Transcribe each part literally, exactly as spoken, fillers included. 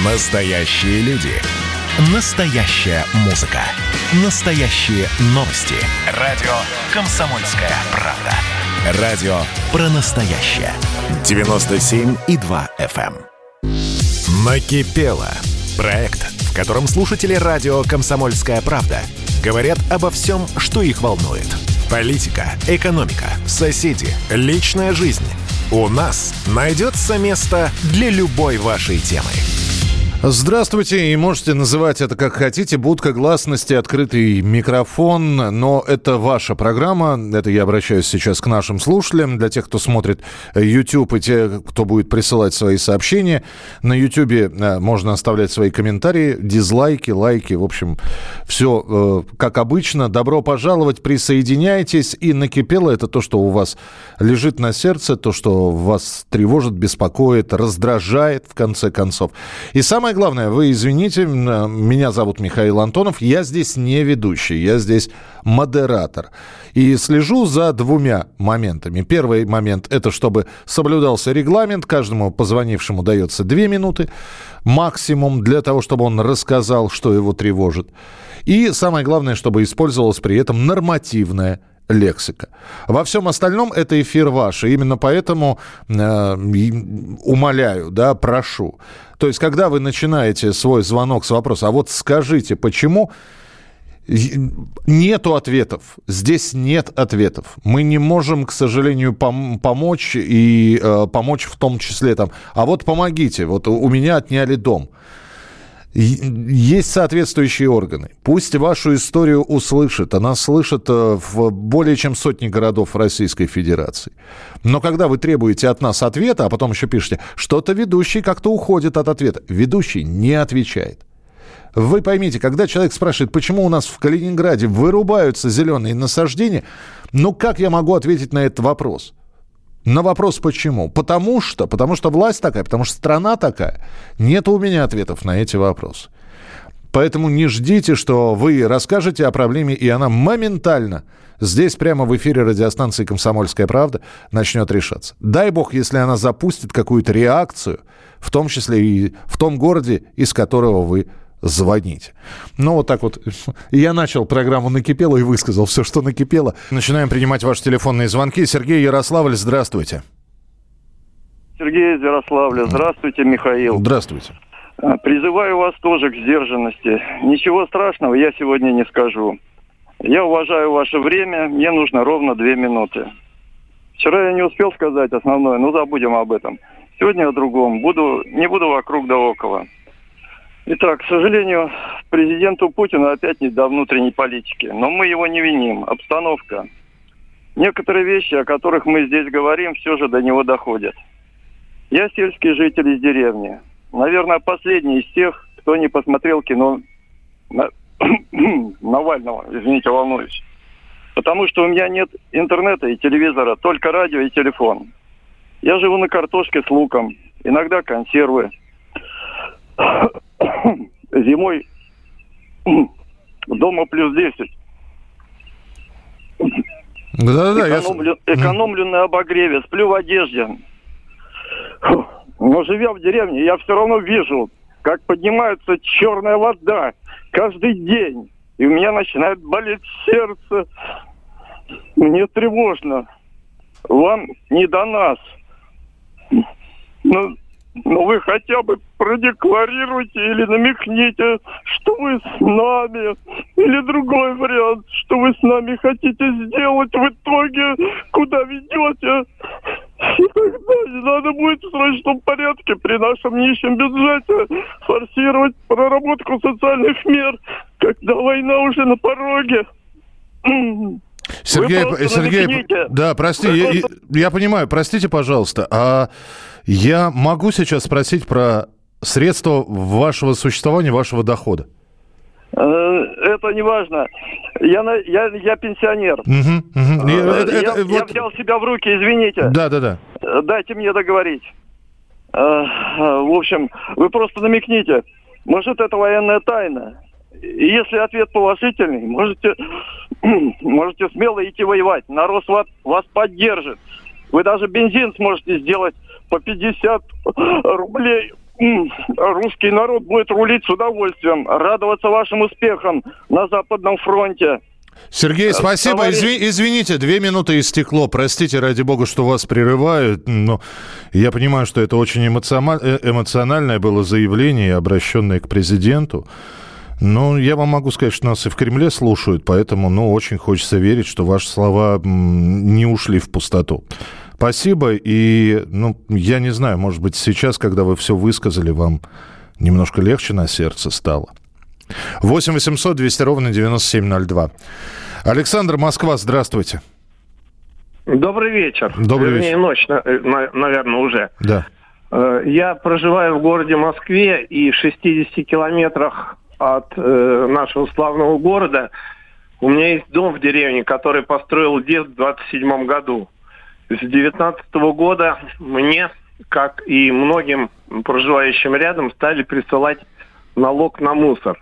Настоящие люди. Настоящая музыка. Настоящие новости. Радио «Комсомольская правда». Радио про настоящее. девяносто семь и два эф эм. Накипело. Проект, в котором слушатели радио «Комсомольская правда» говорят обо всем, что их волнует. Политика, экономика, соседи, личная жизнь. У нас найдется место для любой вашей темы. Здравствуйте, и можете называть это как хотите. Будка гласности, открытый микрофон, но это ваша программа. Это я обращаюсь сейчас к нашим слушателям. Для тех, кто смотрит YouTube и те, кто будет присылать свои сообщения. На YouTube можно оставлять свои комментарии, дизлайки, лайки. В общем, все как обычно. Добро пожаловать, присоединяйтесь. И накипело это то, что у вас лежит на сердце, то, что вас тревожит, беспокоит, раздражает, в конце концов. И самое главное, вы извините, меня зовут Михаил Антонов, я здесь не ведущий, я здесь модератор. И слежу за двумя моментами. Первый момент – это чтобы соблюдался регламент, каждому позвонившему дается две минуты максимум для того, чтобы он рассказал, что его тревожит. И самое главное, чтобы использовалась при этом нормативная лексика. Во всем остальном это эфир ваш. И именно поэтому э, умоляю, да, прошу. То есть, когда вы начинаете свой звонок с вопроса, а вот скажите, почему нету ответов? Здесь нет ответов. Мы не можем, к сожалению, пом- помочь и э, помочь в том числе там. А вот помогите, вот у меня отняли дом. Есть соответствующие органы. Пусть вашу историю услышат. Она слышит в более чем сотне городов Российской Федерации. Но когда вы требуете от нас ответа, а потом еще пишете, что-то ведущий как-то уходит от ответа. Ведущий не отвечает. Вы поймите, когда человек спрашивает, почему у нас в Калининграде вырубаются зеленые насаждения, ну как я могу ответить на этот вопрос? На вопрос почему? Потому что, потому что власть такая, потому что страна такая. Нет у меня ответов на эти вопросы. Поэтому не ждите, что вы расскажете о проблеме, и она моментально здесь, прямо в эфире радиостанции «Комсомольская правда», начнет решаться. Дай бог, если она запустит какую-то реакцию, в том числе и в том городе, из которого вы звоните. Ну, вот так вот. Я начал программу «Накипело» и высказал все, что накипело. Начинаем принимать ваши телефонные звонки. Сергей, Ярославль, здравствуйте. Сергей из Ярославля. Здравствуйте, Михаил. Здравствуйте. Призываю вас тоже к сдержанности. Ничего страшного я сегодня не скажу. Я уважаю ваше время. Мне нужно ровно две минуты. Вчера я не успел сказать основное, но забудем об этом. Сегодня о другом. Буду, не буду вокруг да около. Итак, к сожалению, президенту Путину опять не до внутренней политики. Но мы его не виним. Обстановка. Некоторые вещи, о которых мы здесь говорим, все же до него доходят. Я сельский житель из деревни. Наверное, последний из тех, кто не посмотрел кино Навального. Извините, волнуюсь. Потому что у меня нет интернета и телевизора, только радио и телефон. Я живу на картошке с луком. Иногда консервы. Зимой дома плюс десять. Да-да-да, экономлю, я... экономлю на обогреве, сплю в одежде. Но живя в деревне, я все равно вижу, как поднимается черная вода каждый день. И у меня начинает болеть сердце. Мне тревожно. Вам не до нас. Ну... Но вы хотя бы продекларируйте или намекните, что вы с нами. Или другой вариант, что вы с нами хотите сделать в итоге, куда ведете. И тогда не надо будет в срочном порядке при нашем нищем бюджете форсировать проработку социальных мер, когда война уже на пороге. Сергей, Сергей, да, прости, я, просто... я, я понимаю, простите, пожалуйста, а я могу сейчас спросить про средства вашего существования, вашего дохода? Это не важно. Я, я, я пенсионер. Угу, угу. Я, это, я, это, вот... я взял себя в руки, извините. Да, да, да. Дайте мне договорить. В общем, вы просто намекните. Может, это военная тайна? И если ответ положительный, можете, можете смело идти воевать. Народ вас, вас поддержит. Вы даже бензин сможете сделать по пятьдесят рублей русский народ будет рулить с удовольствием, радоваться вашим успехам на Западном фронте. Сергей, спасибо. Товарищ... Изви... Извините, две минуты истекло. Простите, ради бога, что вас прерывают. Но я понимаю, что это очень эмоциональ... эмоциональное было заявление, обращенное к президенту. Но я вам могу сказать, что нас и в Кремле слушают, поэтому, ну, очень хочется верить, что ваши слова не ушли в пустоту. Спасибо. И, ну, я не знаю, может быть, сейчас, когда вы все высказали, вам немножко легче на сердце стало. восемь восемьсот двести ровно девяносто семь ноль два. Александр, Москва, здравствуйте. Добрый вечер. Добрый Вернее, вечер. ночь, наверное, уже. Да. Я проживаю в городе Москве, и в шестидесяти километрах от нашего славного города у меня есть дом в деревне, который построил дед в двадцать седьмом году. С девятнадцатого года мне, как и многим проживающим рядом, стали присылать налог на мусор.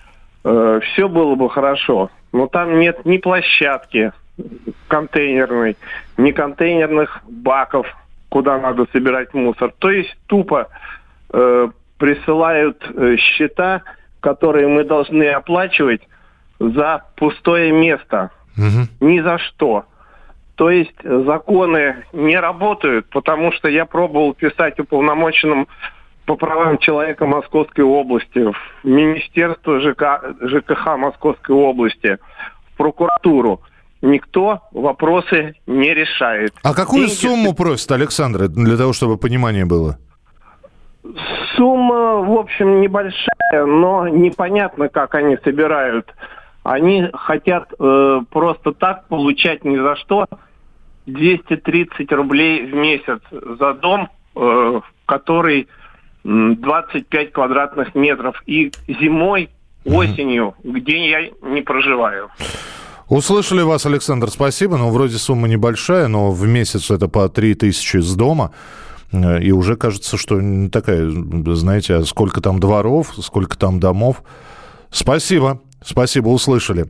Все было бы хорошо, но там нет ни площадки контейнерной, ни контейнерных баков, куда надо собирать мусор. То есть тупо э, присылают э, счета, которые мы должны оплачивать за пустое место. Угу. Ни за что. То есть законы не работают, потому что я пробовал писать уполномоченным по правам человека Московской области, в Министерство ЖК, ЖКХ Московской области, в прокуратуру. Никто вопросы не решает. А какую Деньги... сумму просят, Александр, для того, чтобы понимание было? Сумма, в общем, небольшая, но непонятно, как они собирают. Они хотят э, просто так получать ни за что двести тридцать рублей в месяц за дом, э, который двадцать пять квадратных метров. И зимой, осенью, mm-hmm. где я не проживаю. Услышали вас, Александр, спасибо. Ну, вроде сумма небольшая, но в месяц это по три тысячи с дома. И уже кажется, что не такая, знаете, а сколько там дворов, сколько там домов. Спасибо, спасибо, услышали.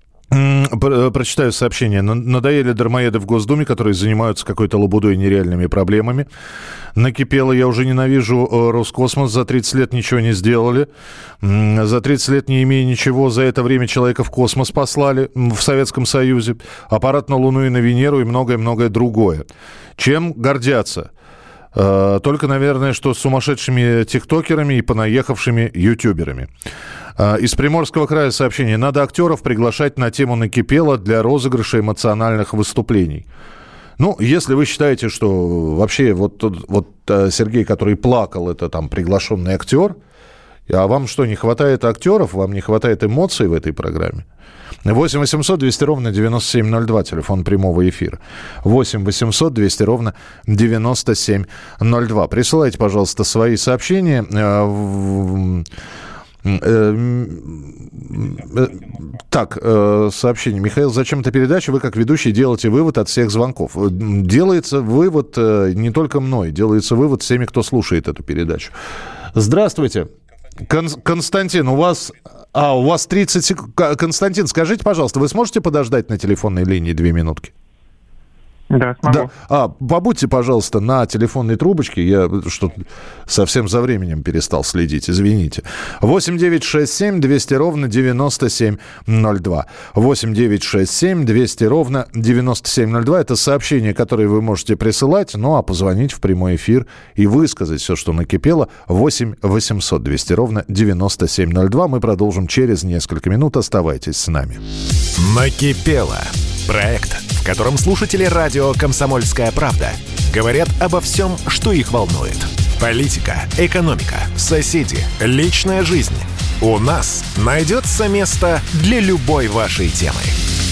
Прочитаю сообщение. Надоели дармоеды в Госдуме, которые занимаются какой-то лабудой и нереальными проблемами. Накипело. Я уже ненавижу Роскосмос. За тридцать лет ничего не сделали. За тридцать лет, не имея ничего, за это время человека в космос послали в Советском Союзе. Аппарат на Луну и на Венеру и многое-многое другое. Чем гордятся? Только, наверное, что с сумасшедшими тиктокерами и понаехавшими ютуберами. Из Приморского края сообщение. Надо актеров приглашать на тему «Накипело» для розыгрыша эмоциональных выступлений. Ну, если вы считаете, что вообще вот, вот Сергей, который плакал, это там приглашенный актер, а вам что, не хватает актеров, вам не хватает эмоций в этой программе? восемь восемьсот двести ровно девяносто семь ноль два, телефон прямого эфира. восемь восемьсот двести ровно девяносто семь ноль два. Присылайте, пожалуйста, свои сообщения. Так, сообщение. Михаил, зачем эта передача? Вы, как ведущий, делаете вывод от всех звонков. Делается вывод не только мной, делается вывод всеми, кто слушает эту передачу. Здравствуйте. Кон- Константин, у вас... А, у вас тридцать секунд. Константин, скажите, пожалуйста, вы сможете подождать на телефонной линии две минутки? Да, смогу. Да. А, побудьте, пожалуйста, на телефонной трубочке. Я что совсем за временем перестал следить, извините. восемь девятьсот шестьдесят семь двести ровно девяносто семь ноль два. восемь девятьсот шестьдесят семь двести ровно девяносто семь ноль два. Это сообщение, которое вы можете присылать, ну а позвонить в прямой эфир и высказать все, что накипело. восемь восемьсот двести ровно девяносто семь ноль два. Мы продолжим через несколько минут. Оставайтесь с нами. Накипело. Проект, в котором слушатели радио «Комсомольская правда» говорят обо всем, что их волнует. Политика, экономика, соседи, личная жизнь. У нас найдется место для любой вашей темы.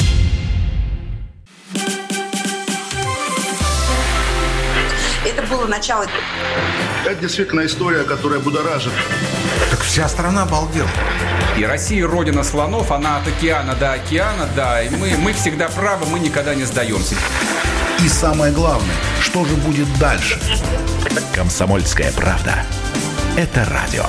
Это было начало. Это действительно история, которая будоражит. Так вся страна обалдела. И Россия родина слонов, она от океана до океана, да, и мы, мы всегда правы, мы никогда не сдаемся. И самое главное, что же будет дальше? «Комсомольская правда». Это радио.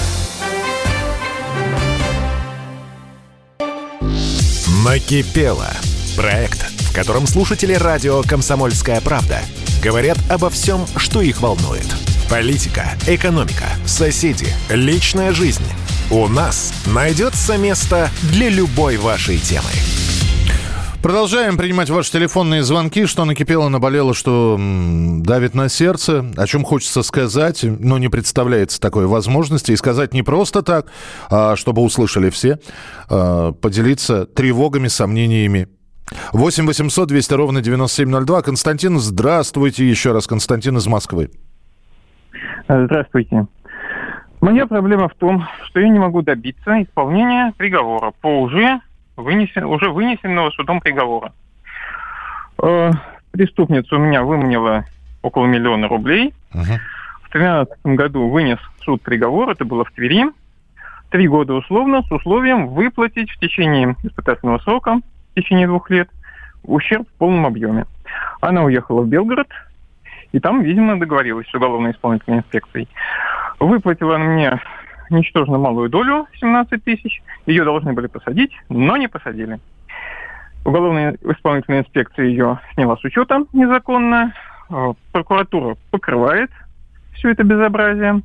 Накипело. Проект, в котором слушатели радио «Комсомольская правда» говорят обо всем, что их волнует. Политика, экономика, соседи, личная жизнь. У нас найдется место для любой вашей темы. Продолжаем принимать ваши телефонные звонки. Что накипело, наболело, что м, давит на сердце, о чем хочется сказать, но не представляется такой возможности. И сказать не просто так, а чтобы услышали все, а, поделиться тревогами, сомнениями. восемь восемьсот двести ровно девяносто семь ноль два. Константин, здравствуйте еще раз. Константин из Москвы. Здравствуйте. Моя проблема в том, что я не могу добиться исполнения приговора по уже, вынесен, уже вынесенного судом приговора. Э, преступница у меня выманила около миллиона рублей. Uh-huh. В две тысячи тринадцатом году вынес суд приговор, это было в Твери. Три года условно с условием выплатить в течение испытательного срока, в течение двух лет, ущерб в полном объеме. Она уехала в Белгород, и там, видимо, договорилась с уголовно-исполнительной инспекцией. Выплатила она мне ничтожно малую долю, семнадцать тысяч. Ее должны были посадить, но не посадили. Уголовная исполнительная инспекция ее сняла с учета незаконно. Прокуратура покрывает все это безобразие.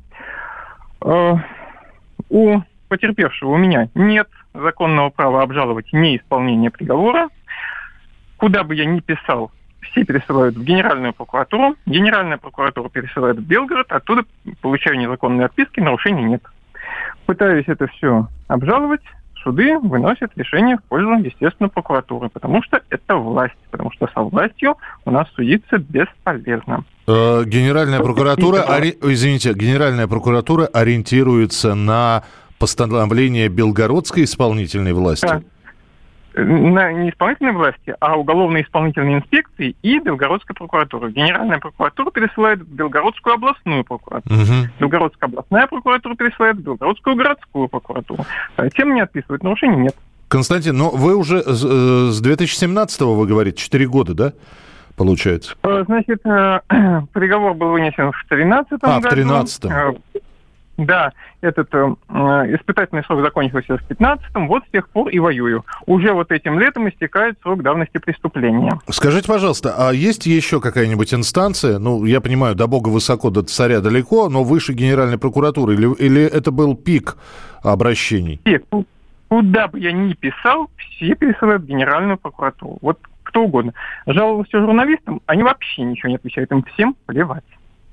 У потерпевшего у меня нет законного права обжаловать неисполнение приговора. Куда бы я ни писал, все пересылают в Генеральную прокуратуру. Генеральная прокуратура пересылает в Белгород. Оттуда получаю незаконные отписки, нарушений нет. Пытаюсь это все обжаловать. Суды выносят решение в пользу, естественно, прокуратуры. Потому что это власть. Потому что со властью у нас судиться бесполезно. Э, Генеральная прокуратура, ори... извините, Генеральная прокуратура ориентируется на постановление Белгородской исполнительной власти? Да. На не исполнительной власти, а уголовно-исполнительной инспекции и Белгородской прокуратуры. Генеральная прокуратура пересылает в Белгородскую областную прокуратуру. Угу. Белгородская областная прокуратура пересылает в Белгородскую городскую прокуратуру. Тем не отписывают, нарушений нет. Константин, ну вы уже с две тысячи семнадцатого, вы говорите, четыре года, да, получается? Значит, приговор был вынесен в две тысячи тринадцатом году. А, в тринадцатом. Да, этот э, испытательный срок закончился в две тысячи пятнадцатом, вот с тех пор и воюю. Уже вот этим летом истекает срок давности преступления. Скажите, пожалуйста, а есть еще какая-нибудь инстанция, ну, я понимаю, до бога высоко, до царя далеко, но выше Генеральной прокуратуры, или, или это был пик обращений? Пик. Куда бы я ни писал, все пересылают в Генеральную прокуратуру. Вот кто угодно. Жаловался журналистам, они вообще ничего не отвечают, им всем плевать.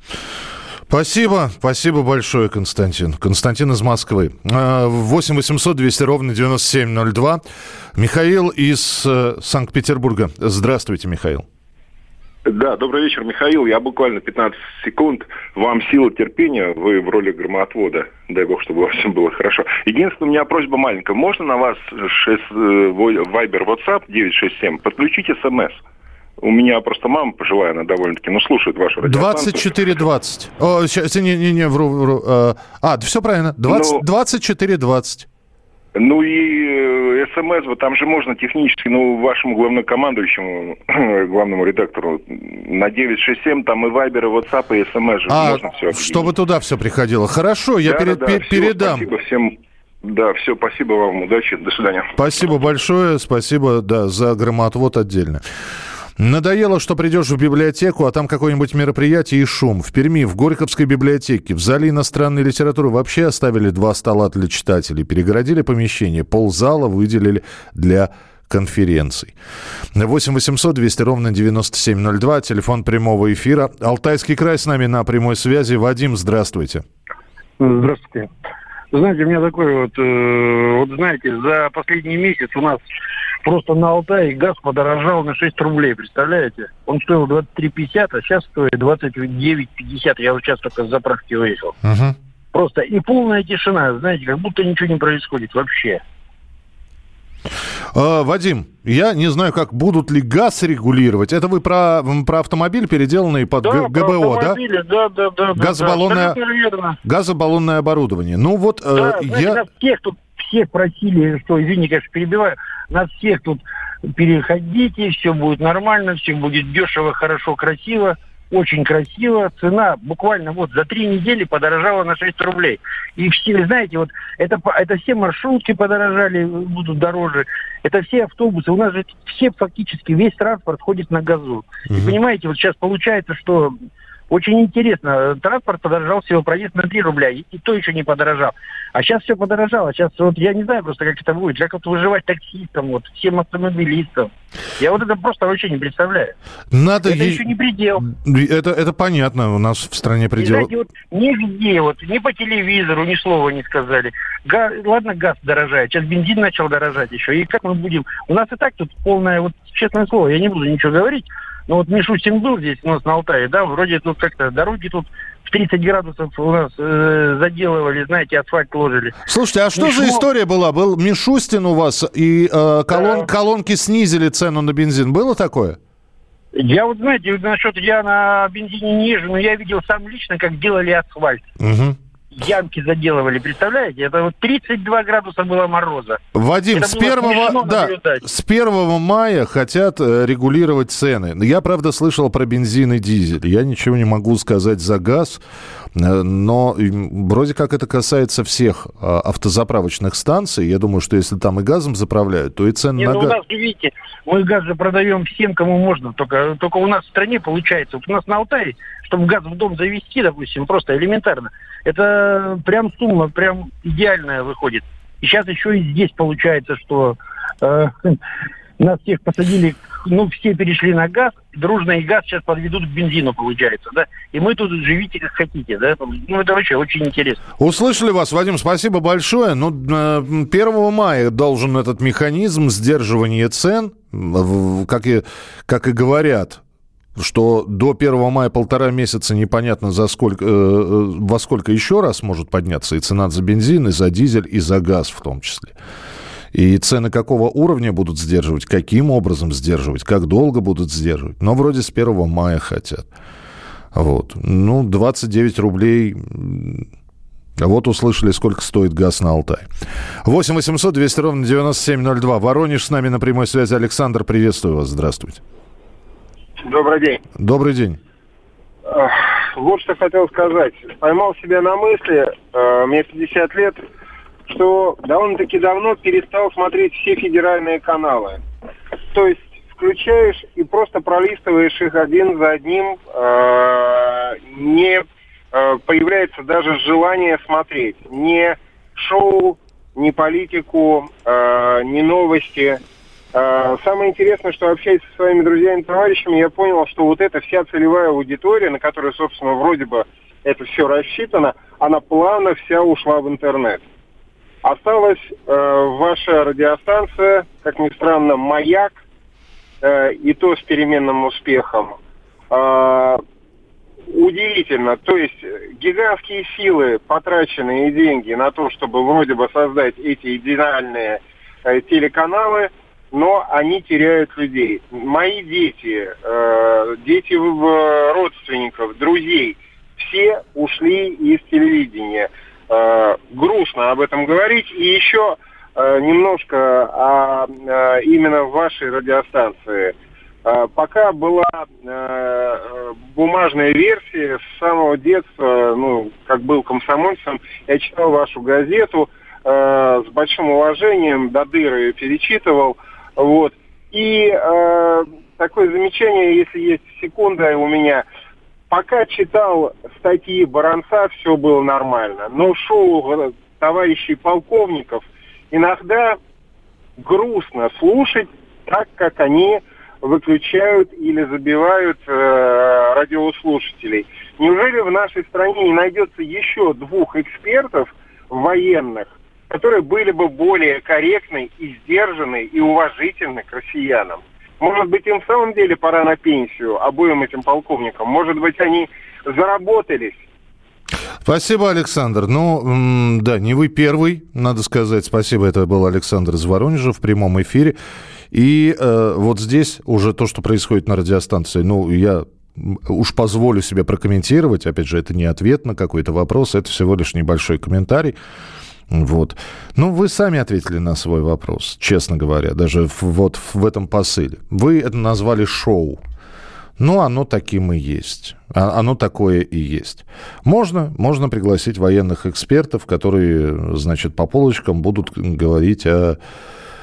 Спасибо, спасибо большое, Константин. Константин из Москвы. восемь восемьсот двести ровно девяносто семь ноль два. Михаил из Санкт-Петербурга. Здравствуйте, Михаил. Да, добрый вечер, Михаил. Я буквально пятнадцать секунд. Вам сила терпения, вы в роли громоотвода. Дай бог, чтобы во всем было хорошо. Единственное, у меня просьба маленькая. Можно на вас Viber, WhatsApp девять шесть семь подключить СМС? У меня просто мама пожилая, она довольно-таки, ну, слушает вашу радиостанцию. двадцать четыре двадцать. О, сейчас, не-не-не, вру, вру. А, все правильно. двадцать, ну, двадцать четыре двадцать. Ну и э, СМС, вот там же можно технически, ну, вашему главнокомандующему, главному редактору, на девять шесть семь, там и Viber, и WhatsApp, и СМС же а, можно все объединить. Чтобы туда все приходило. Хорошо, я да, перед, да, да. Все, передам. Спасибо всем. Да, все, спасибо вам, удачи, до свидания. Спасибо большое, спасибо, да, за громоотвод отдельно. Надоело, что придешь в библиотеку, а там какое-нибудь мероприятие и шум. В Перми, в Горьковской библиотеке, в зале иностранной литературы вообще оставили два стола для читателей, перегородили помещение, ползала выделили для конференций. восемь восемьсот двести ровно девяносто семь ноль два, телефон прямого эфира. Алтайский край с нами на прямой связи. Вадим, здравствуйте. Здравствуйте. Знаете, у меня такой вот, э, вот знаете, за последний месяц у нас просто на Алтае газ подорожал на шесть рублей, представляете? Он стоил двадцать три пятьдесят, а сейчас стоит двадцать девять пятьдесят. Я вот сейчас только с заправки выехал. Uh-huh. Просто и полная тишина, знаете, как будто ничего не происходит вообще. А, Вадим, я не знаю, как будут ли газ регулировать. Это вы про, про автомобиль, переделанный под да, ГБО, да? Да, да, да. Газобаллонное, да, газобаллонное оборудование. Ну вот да, э, знаете, я... нас всех тут всех просили, что, извини, конечно, перебиваю, нас всех тут переходите, все будет нормально, все будет дешево, хорошо, красиво. Очень красиво. Цена буквально вот за три недели подорожала на шесть рублей. И все, знаете, вот это, это все маршрутки подорожали, будут дороже. Это все автобусы. У нас же все фактически, весь транспорт ходит на газу. Mm-hmm. И понимаете, вот сейчас получается, что Очень интересно. Транспорт подорожал всего, проезд на три рубля, и, и то еще не подорожал. А сейчас все подорожало. Сейчас вот я не знаю просто, как это будет. Как вот выживать таксистам, вот, всем автомобилистам. Я вот это просто вообще не представляю. Надо это е... еще не предел. Это, это понятно, у нас в стране предел. И, знаете, вот нигде, вот, ни по телевизору, ни слова не сказали. Га... Ладно, газ дорожает, сейчас бензин начал дорожать еще. И как мы будем... У нас и так тут полное, вот честное слово, я не буду ничего говорить, но вот Мишустин был здесь у нас на Алтае, да, вроде тут как-то дороги тут в тридцать градусов у нас э, заделывали, знаете, асфальт ложили. Слушайте, а что Мишу... за история была? Был Мишустин у вас, и э, колон... да. колонки снизили цену на бензин. Было такое? Я вот, знаете, насчет, я на бензине не езжу, но я видел сам лично, как делали асфальт. Угу. Ямки заделывали, представляете? Это вот тридцать два градуса было мороза. Вадим, с первого, да, с первого мая хотят регулировать цены. Я, правда, слышал про бензин и дизель. Я ничего не могу сказать за газ, но вроде как это касается всех автозаправочных станций. Я думаю, что если там и газом заправляют, то и цены Нет, на ну, газ... у нас, видите, мы газ же продаем всем, кому можно. Только, только у нас в стране получается. Вот у нас на Алтае, чтобы газ в дом завести, допустим, просто элементарно, это прям сумма, прям идеальная выходит. И сейчас еще и здесь получается, что э, нас всех посадили, ну, все перешли на газ, дружно и газ сейчас подведут к бензину, получается, да. И мы тут живите как хотите, да. Ну, это вообще очень интересно. Услышали вас, Вадим, спасибо большое. Ну, первого мая должен этот механизм сдерживания цен, как и, как и говорят, что до первого мая полтора месяца непонятно за сколько, э, во сколько еще раз может подняться и цена за бензин, и за дизель, и за газ в том числе. И цены какого уровня будут сдерживать, каким образом сдерживать, как долго будут сдерживать. Но вроде с первого мая хотят. Вот. Ну, двадцать девять рублей... Вот услышали, сколько стоит газ на Алтае. восемь восемьсот двести ровно девяносто семь ноль два. Воронеж с нами на прямой связи. Александр, приветствую вас. Здравствуйте. Добрый день. Добрый день. Вот что хотел сказать. Поймал себя на мысли, э, мне пятьдесят лет, что довольно-таки давно перестал смотреть все федеральные каналы. То есть включаешь и просто пролистываешь их один за одним, э, не э, появляется даже желание смотреть. Ни шоу, ни политику, э, ни новости. Самое интересное, что общаясь со своими друзьями и товарищами, я понял, что вот эта вся целевая аудитория, на которую, собственно, вроде бы это все рассчитано, она плавно вся ушла в интернет. Осталась э, ваша радиостанция, как ни странно, «Маяк», э, и то с переменным успехом. Э, удивительно, то есть гигантские силы, потраченные деньги на то, чтобы вроде бы создать эти идеальные э, телеканалы, но они теряют людей. Мои дети, э, дети родственников, друзей, все ушли из телевидения. Э, грустно об этом говорить. И еще э, немножко о, э, именно вашей радиостанции. Э, пока была э, бумажная версия, с самого детства, ну, как был комсомольцем, я читал вашу газету э, с большим уважением, до дыры ее перечитывал. Вот. И э, такое замечание, если есть секунда у меня. Пока читал статьи Баранца, все было нормально. Но шоу товарищей полковников иногда грустно слушать, так как они выключают или забивают э, радиослушателей. Неужели в нашей стране не найдется еще двух экспертов военных, которые были бы более корректны и сдержаны и уважительны к россиянам? Может быть, им в самом деле пора на пенсию, обоим этим полковникам? Может быть, они заработались? Спасибо, Александр. Ну, да, не вы первый, надо сказать. Спасибо, это был Александр из Воронежа в прямом эфире. И э, вот здесь уже то, что происходит на радиостанции, ну, я уж позволю себе прокомментировать. Опять же, это не ответ на какой-то вопрос, это всего лишь небольшой комментарий. Вот. Ну, вы сами ответили на свой вопрос, честно говоря, даже в, вот в этом посыле. Вы это назвали шоу. Ну, оно таким и есть. Оно такое и есть. Можно, можно пригласить военных экспертов, которые, значит, по полочкам будут говорить о,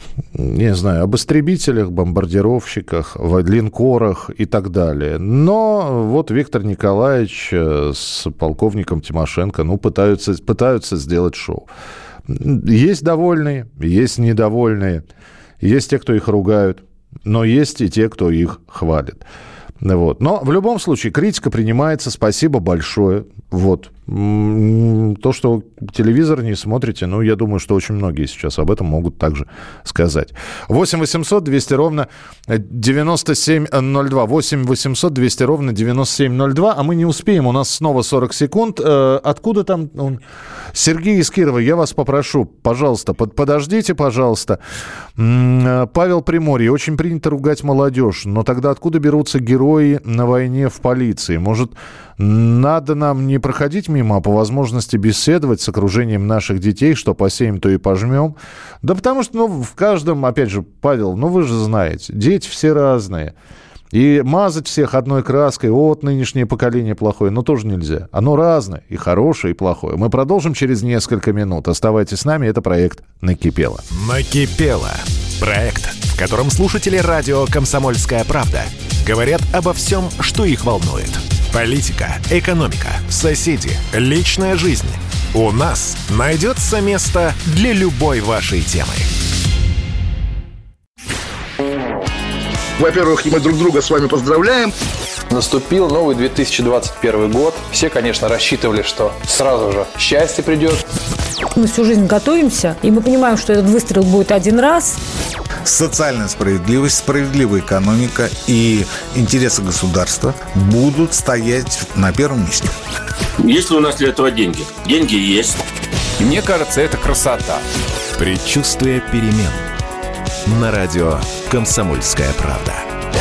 не знаю, об истребителях, бомбардировщиках, линкорах и так далее. Но вот Виктор Николаевич с полковником Тимошенко, ну, пытаются, пытаются сделать шоу. Есть довольные, есть недовольные, есть те, кто их ругают, но есть и те, кто их хвалит. Вот. Но в любом случае критика принимается. Спасибо большое. Вот. То, что телевизор не смотрите, ну, я думаю, что очень многие сейчас об этом могут также сказать. восемь восемьсот двести ровно девяносто семь ноль два. восемь восемьсот двести ровно девяносто семь ноль два. А мы не успеем. У нас снова сорок секунд. Откуда там... Сергей из Кирова, я вас попрошу, пожалуйста, под, подождите, пожалуйста. Павел Приморье. Очень принято ругать молодежь. Но тогда откуда берутся герои на войне в полиции? Может, надо нам не проходить мимо, а по возможности беседовать с окружением наших детей, что посеем, то и пожмем? Да потому что, ну, в каждом, опять же, Павел, ну, вы же знаете, дети все разные. И мазать всех одной краской, вот нынешнее поколение плохое, но тоже нельзя. Оно разное, и хорошее, и плохое. Мы продолжим через несколько минут. Оставайтесь с нами, это проект «Накипело». «Накипело» – проект, в котором слушатели радио «Комсомольская правда» говорят обо всем, что их волнует. Политика, экономика, соседи, личная жизнь. У нас найдется место для любой вашей темы. Во-первых, мы друг друга с вами поздравляем. Наступил новый две тысячи двадцать первый год. Все, конечно, рассчитывали, что сразу же счастье придет. Мы всю жизнь готовимся, и мы понимаем, что этот выстрел будет один раз. Социальная справедливость, справедливая экономика и интересы государства будут стоять на первом месте. Есть ли у нас для этого деньги? Деньги есть. Мне кажется, это красота. Предчувствие перемен. На радио «Комсомольская правда».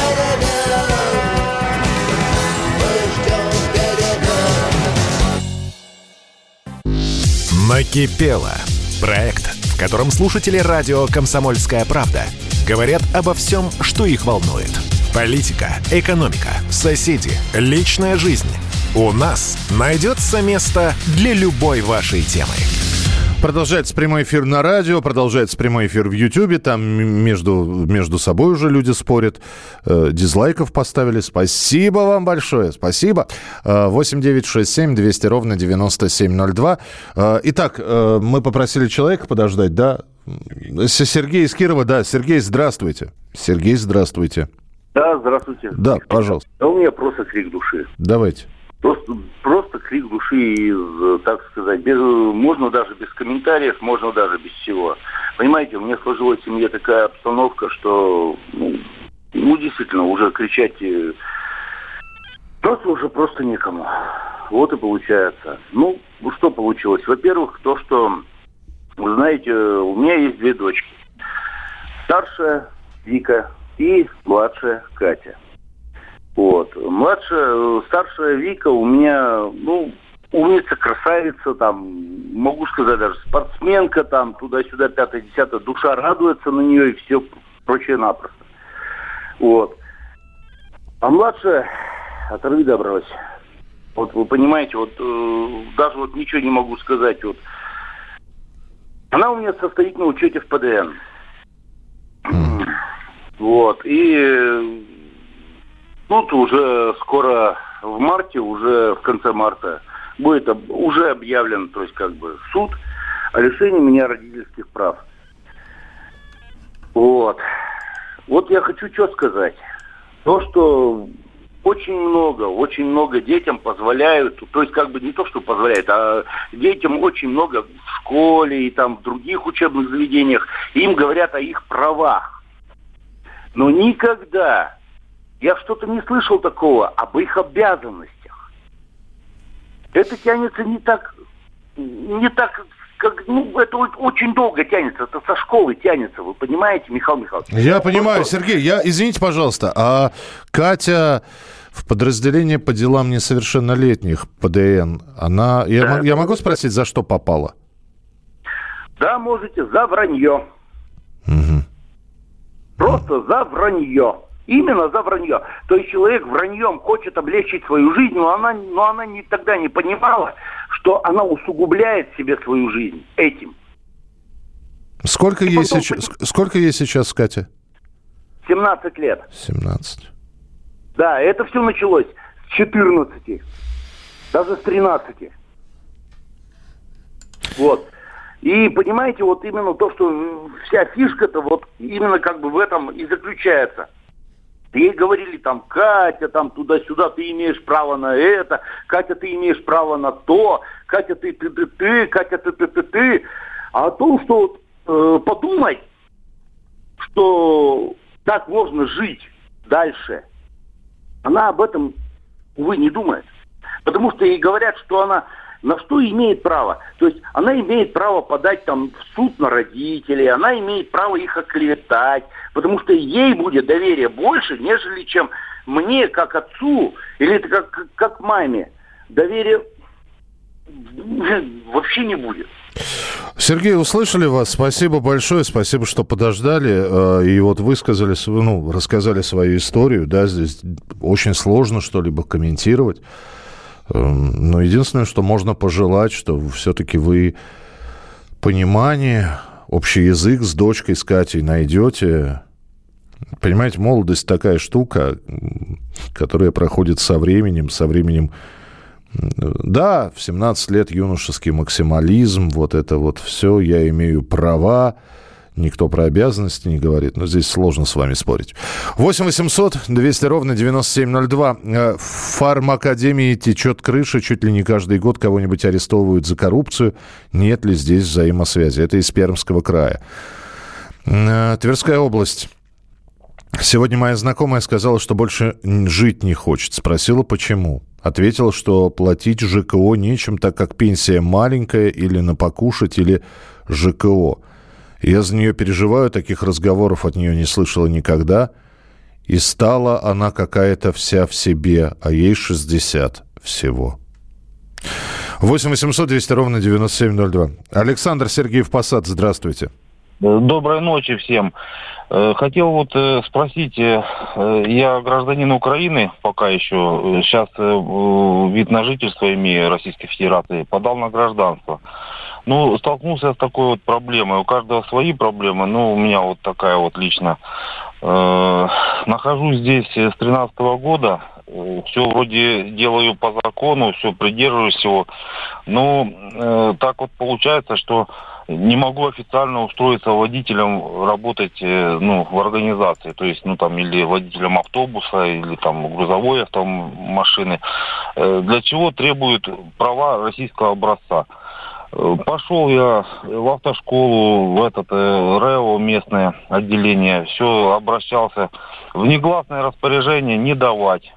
Накипело. Проект, в котором слушатели радио «Комсомольская правда» говорят обо всем, что их волнует. Политика, экономика, соседи, личная жизнь. У нас найдется место для любой вашей темы. Продолжается прямой эфир на радио, продолжается прямой эфир в Ютьюбе. Там между, между собой уже люди спорят. Э, дизлайков поставили. Спасибо вам большое. Спасибо. Э, восемь девятьсот шестьдесят семь двести ровно девяносто семь ноль два. Э, итак, э, мы попросили человека подождать, да? Сергей из Кирова, да. Сергей, здравствуйте. Сергей, здравствуйте. Да, здравствуйте. Да, пожалуйста. А у меня просто крик души. Давайте. Просто, просто крик души, из, так сказать, без, можно даже без комментариев, можно даже без всего. Понимаете, у меня сложилась в семье такая обстановка, что, ну, ну действительно, уже кричать просто уже просто некому. Вот и получается. Ну, что получилось? Во-первых, то, что, вы знаете, у меня есть две дочки. Старшая Вика и младшая Катя. Вот. Младшая, старшая Вика у меня, ну, умница, красавица, там, могу сказать, даже спортсменка, там, туда-сюда, пятое-десятое, душа радуется на нее и все прочее-напросто. Вот. А младшая оторви добралась. Вот вы понимаете, вот э, даже вот ничего не могу сказать. Вот. Она у меня состоит на учете в ПДН. Mm. Вот. И тут уже скоро в марте, уже в конце марта, будет об, уже объявлен, то есть как бы суд о лишении меня родительских прав. Вот. Вот я хочу что сказать. То, что очень много, очень много детям позволяют, то есть как бы не то, что позволяют, а детям очень много в школе и там в других учебных заведениях, им говорят о их правах. Но никогда я что-то не слышал такого об их обязанностях. Это тянется не так, не так, как, ну, это очень долго тянется, это со школы тянется, вы понимаете, Михаил Михайлович? Я понимаю, Сергей, я, извините, пожалуйста, а Катя в подразделение по делам несовершеннолетних, ПДН, она, я, да. я могу спросить, за что попала? Да, можете, за вранье. Угу. Просто за вранье. Именно за вранье. То есть человек враньем хочет облегчить свою жизнь, но она, но она не, тогда не понимала, что она усугубляет себе свою жизнь этим. Сколько ей, потом... сейчас, сколько ей сейчас, Катя? семнадцать лет. семнадцать. Да, это все началось с четырнадцати, даже с тринадцати. Вот. И понимаете, вот именно то, что вся фишка-то вот именно как бы в этом и заключается. Ей говорили там: Катя, там туда-сюда, ты имеешь право на это, Катя, ты имеешь право на то, Катя, ты ты ты ты, Катя, ты ты ты ты. А о том, что вот, э, подумать, что так можно жить дальше, она об этом, увы, не думает. Потому что ей говорят, что она на что имеет право. То есть она имеет право подать там в суд на родителей, она имеет право их оклеветать, потому что ей будет доверия больше, нежели чем мне, как отцу, или как, как маме. Доверия вообще не будет. Сергей, услышали вас. Спасибо большое. Спасибо, что подождали. И вот высказали, ну, рассказали свою историю. Да, здесь очень сложно что-либо комментировать. Но единственное, что можно пожелать, что все-таки вы понимание, общий язык с дочкой, с Катей найдете. Понимаете, молодость такая штука, которая проходит со временем, со временем. Да, в семнадцать лет юношеский максимализм, вот это вот все, я имею права, никто про обязанности не говорит, но здесь сложно с вами спорить. восемь восемьсот двести ровно девяносто семь ноль два. В фармакадемии течет крыша, чуть ли не каждый год кого-нибудь арестовывают за коррупцию. Нет ли здесь взаимосвязи? Это из Пермского края. Тверская область. Сегодня моя знакомая сказала, что больше жить не хочет. Спросила, почему. Ответила, что платить ЖКО нечем, так как пенсия маленькая, или на покушать, или ЖКО. Я за нее переживаю, таких разговоров от нее не слышала никогда. И стала она какая-то вся в себе, а ей шестьдесят всего. восемь восемьсот двести ровно девяносто семь ноль два. Александр, Сергеев Посад, здравствуйте. Доброй ночи всем. Хотел вот спросить, я гражданин Украины пока еще, сейчас вид на жительство имею Российской Федерации, подал на гражданство. Ну, столкнулся с такой вот проблемой. У каждого свои проблемы, но у меня вот такая вот лично. Нахожусь здесь с тринадцатого года, все вроде делаю по закону, все придерживаюсь всего. Но так вот получается, что не могу официально устроиться водителем, работать, ну, в организации. То есть, ну, там, или водителем автобуса, или там грузовой автомашины. Для чего требуют права российского образца. Пошел я в автошколу, в этот РЭО, местное отделение, все, обращался. В негласное распоряжение не давать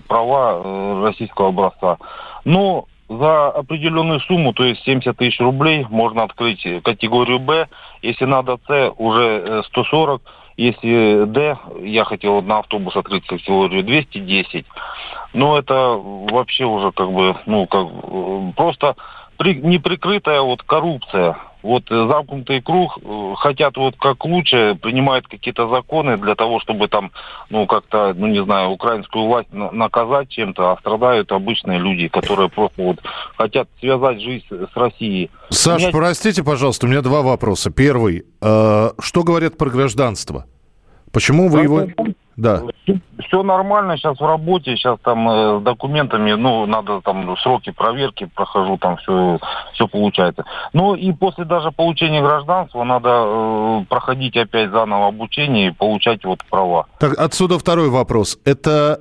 права российского образца. Но за определенную сумму, то есть семьдесят тысяч рублей, можно открыть категорию Б. Если надо С, уже сто сорок. Если Д, я хотел на автобус открыть категорию двести десять. Но это вообще уже как бы, ну, как просто при, неприкрытая вот коррупция. Вот замкнутый круг, хотят вот как лучше, принимают какие-то законы для того, чтобы там, ну, как-то, ну, не знаю, украинскую власть наказать чем-то, а страдают обычные люди, которые просто вот хотят связать жизнь с Россией. Саш, меня... простите, пожалуйста, у меня два вопроса. Первый. Э, что говорят про гражданство? Почему вы его... Да. Все нормально, сейчас в работе, сейчас там э, с документами, ну, надо там сроки проверки, прохожу, там все, все получается. Ну и после даже получения гражданства надо э, проходить опять заново обучение и получать вот права. Так, отсюда второй вопрос. Это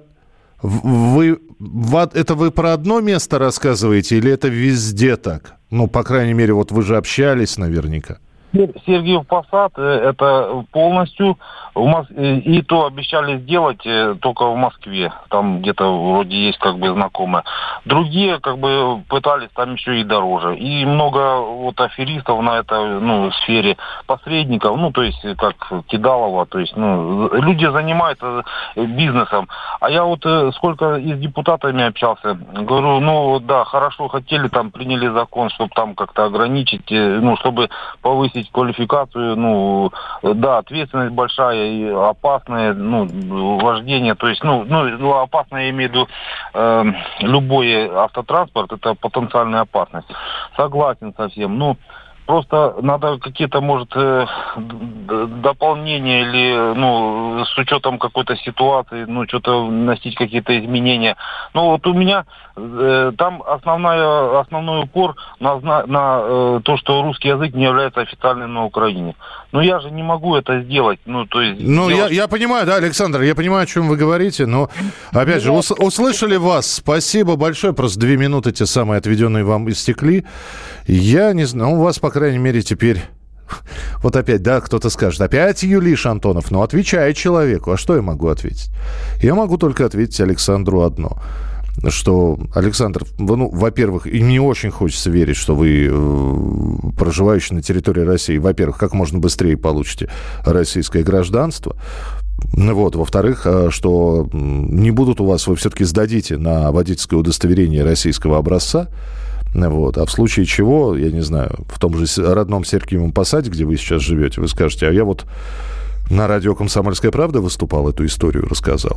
вы, это вы про одно место рассказываете или это везде так? Ну, по крайней мере, вот вы же общались наверняка. Сергеев Посад, это полностью в Мос... и то обещали сделать только в Москве, там где-то вроде есть как бы знакомые. Другие как бы пытались там еще и дороже. И много вот аферистов на этой, ну, сфере, посредников, ну, то есть как Кидалова, то есть, ну, люди занимаются бизнесом. А я вот сколько и с депутатами общался, говорю, ну, да, хорошо, хотели, там приняли закон, чтобы там как-то ограничить, ну, чтобы повысить квалификацию, ну, да, ответственность большая и опасное, ну, вождение, то есть, ну, ну опасное, я имею в виду, э, любой автотранспорт, это потенциальная опасность. Согласен со всем. Ну, Просто надо какие-то, может, э, д- дополнения или, ну, с учетом какой-то ситуации, ну, что-то вносить какие-то изменения. Ну, вот у меня э, там основная, основной упор на, на, на э, то, что русский язык не является официальным на Украине. Но я же не могу это сделать. Ну, то есть... Ну, сделать... я, я понимаю, да, Александр, я понимаю, о чем вы говорите, но, опять же, ус- услышали вас. Спасибо большое. Просто две минуты те самые отведенные вам истекли. Я не знаю, у вас, по крайней мере, теперь... Вот опять, да, кто-то скажет, опять Юлиш Антонов. Ну, отвечай человеку. А что я могу ответить? Я могу только ответить Александру одно. Что, Александр, ну, во-первых, и мне очень хочется верить, что вы, э, проживающий на территории России, во-первых, как можно быстрее получите российское гражданство. Вот. Во-вторых, что не будут у вас, вы все-таки сдадите на водительское удостоверение российского образца. Вот. А в случае чего, я не знаю, в том же родном Сергиевом Посаде, где вы сейчас живете, вы скажете, а я вот на радио «Комсомольская правда» выступал, эту историю рассказал.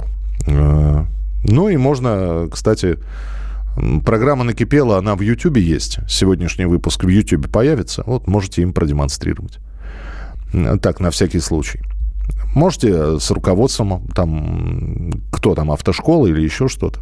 Ну и можно, кстати, программа «Накипела», она в Ютьюбе есть. Сегодняшний выпуск в Ютьюбе появится. Вот можете им продемонстрировать. Так, на всякий случай. Можете с руководством, там, кто там, автошкола или еще что-то.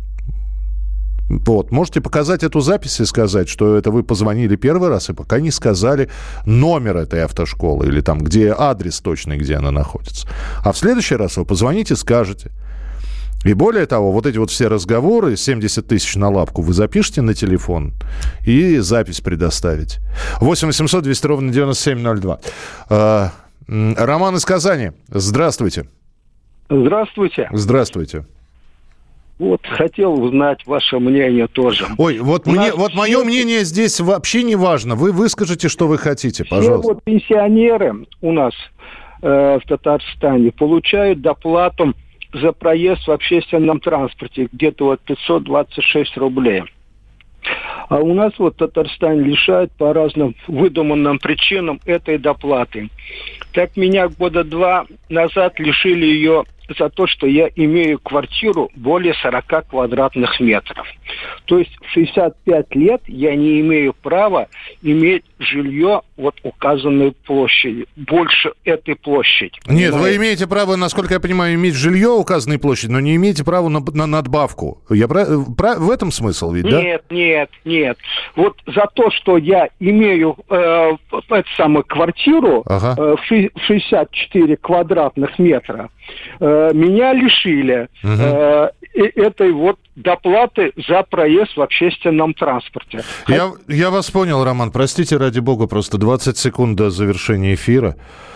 Вот, можете показать эту запись и сказать, что это вы позвонили первый раз и пока не сказали номер этой автошколы или там, где адрес точный, где она находится. А в следующий раз вы позвоните, скажете. И более того, вот эти вот все разговоры, семьдесят тысяч на лапку, вы запишите на телефон и запись предоставите. восемь восемьсот двести ровно девяносто семь ноль два. А, Роман из Казани, здравствуйте. Здравствуйте. Здравствуйте. Вот, хотел узнать ваше мнение тоже. Ой, вот, мне, вот все... мое мнение здесь вообще не важно. Вы выскажите, что вы хотите, пожалуйста. Все вот пенсионеры у нас э, в Татарстане получают доплату за проезд в общественном транспорте, где-то вот пятьсот двадцать шесть рублей. А у нас вот Татарстан лишает по разным выдуманным причинам этой доплаты. Так меня года два назад лишили ее за то, что я имею квартиру более сорок квадратных метров. То есть в шестьдесят пять лет я не имею права иметь жилье вот указанной площади, больше этой площади. Нет, понимаете? Вы имеете право, насколько я понимаю, иметь жилье указанной площади, но не имеете права на, на надбавку. Я про, про, в этом смысл ведь, да? Нет, нет, нет. Вот за то, что я имею э, эту самую квартиру ага. э, в шестьдесят четыре квадратных метра, э, меня лишили угу. э, этой вот доплаты за проезд в общественном транспорте. Я, я вас понял, Роман. Простите, ради бога, просто двадцать секунд до завершения эфира.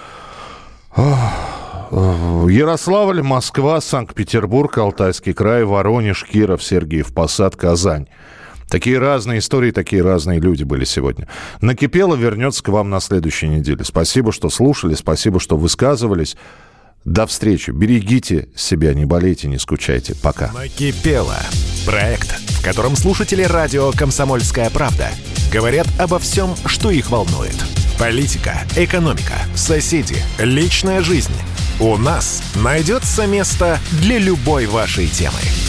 Ярославль, Москва, Санкт-Петербург, Алтайский край, Воронеж, Киров, Сергиев Посад, Казань. Такие разные истории, такие разные люди были сегодня. «Накипело» вернется к вам на следующей неделе. Спасибо, что слушали, спасибо, что высказывались. До встречи. Берегите себя, не болейте, не скучайте. Пока. «Накипело» – проект, в котором слушатели радио «Комсомольская правда» говорят обо всем, что их волнует. Политика, экономика, соседи, личная жизнь. У нас найдется место для любой вашей темы.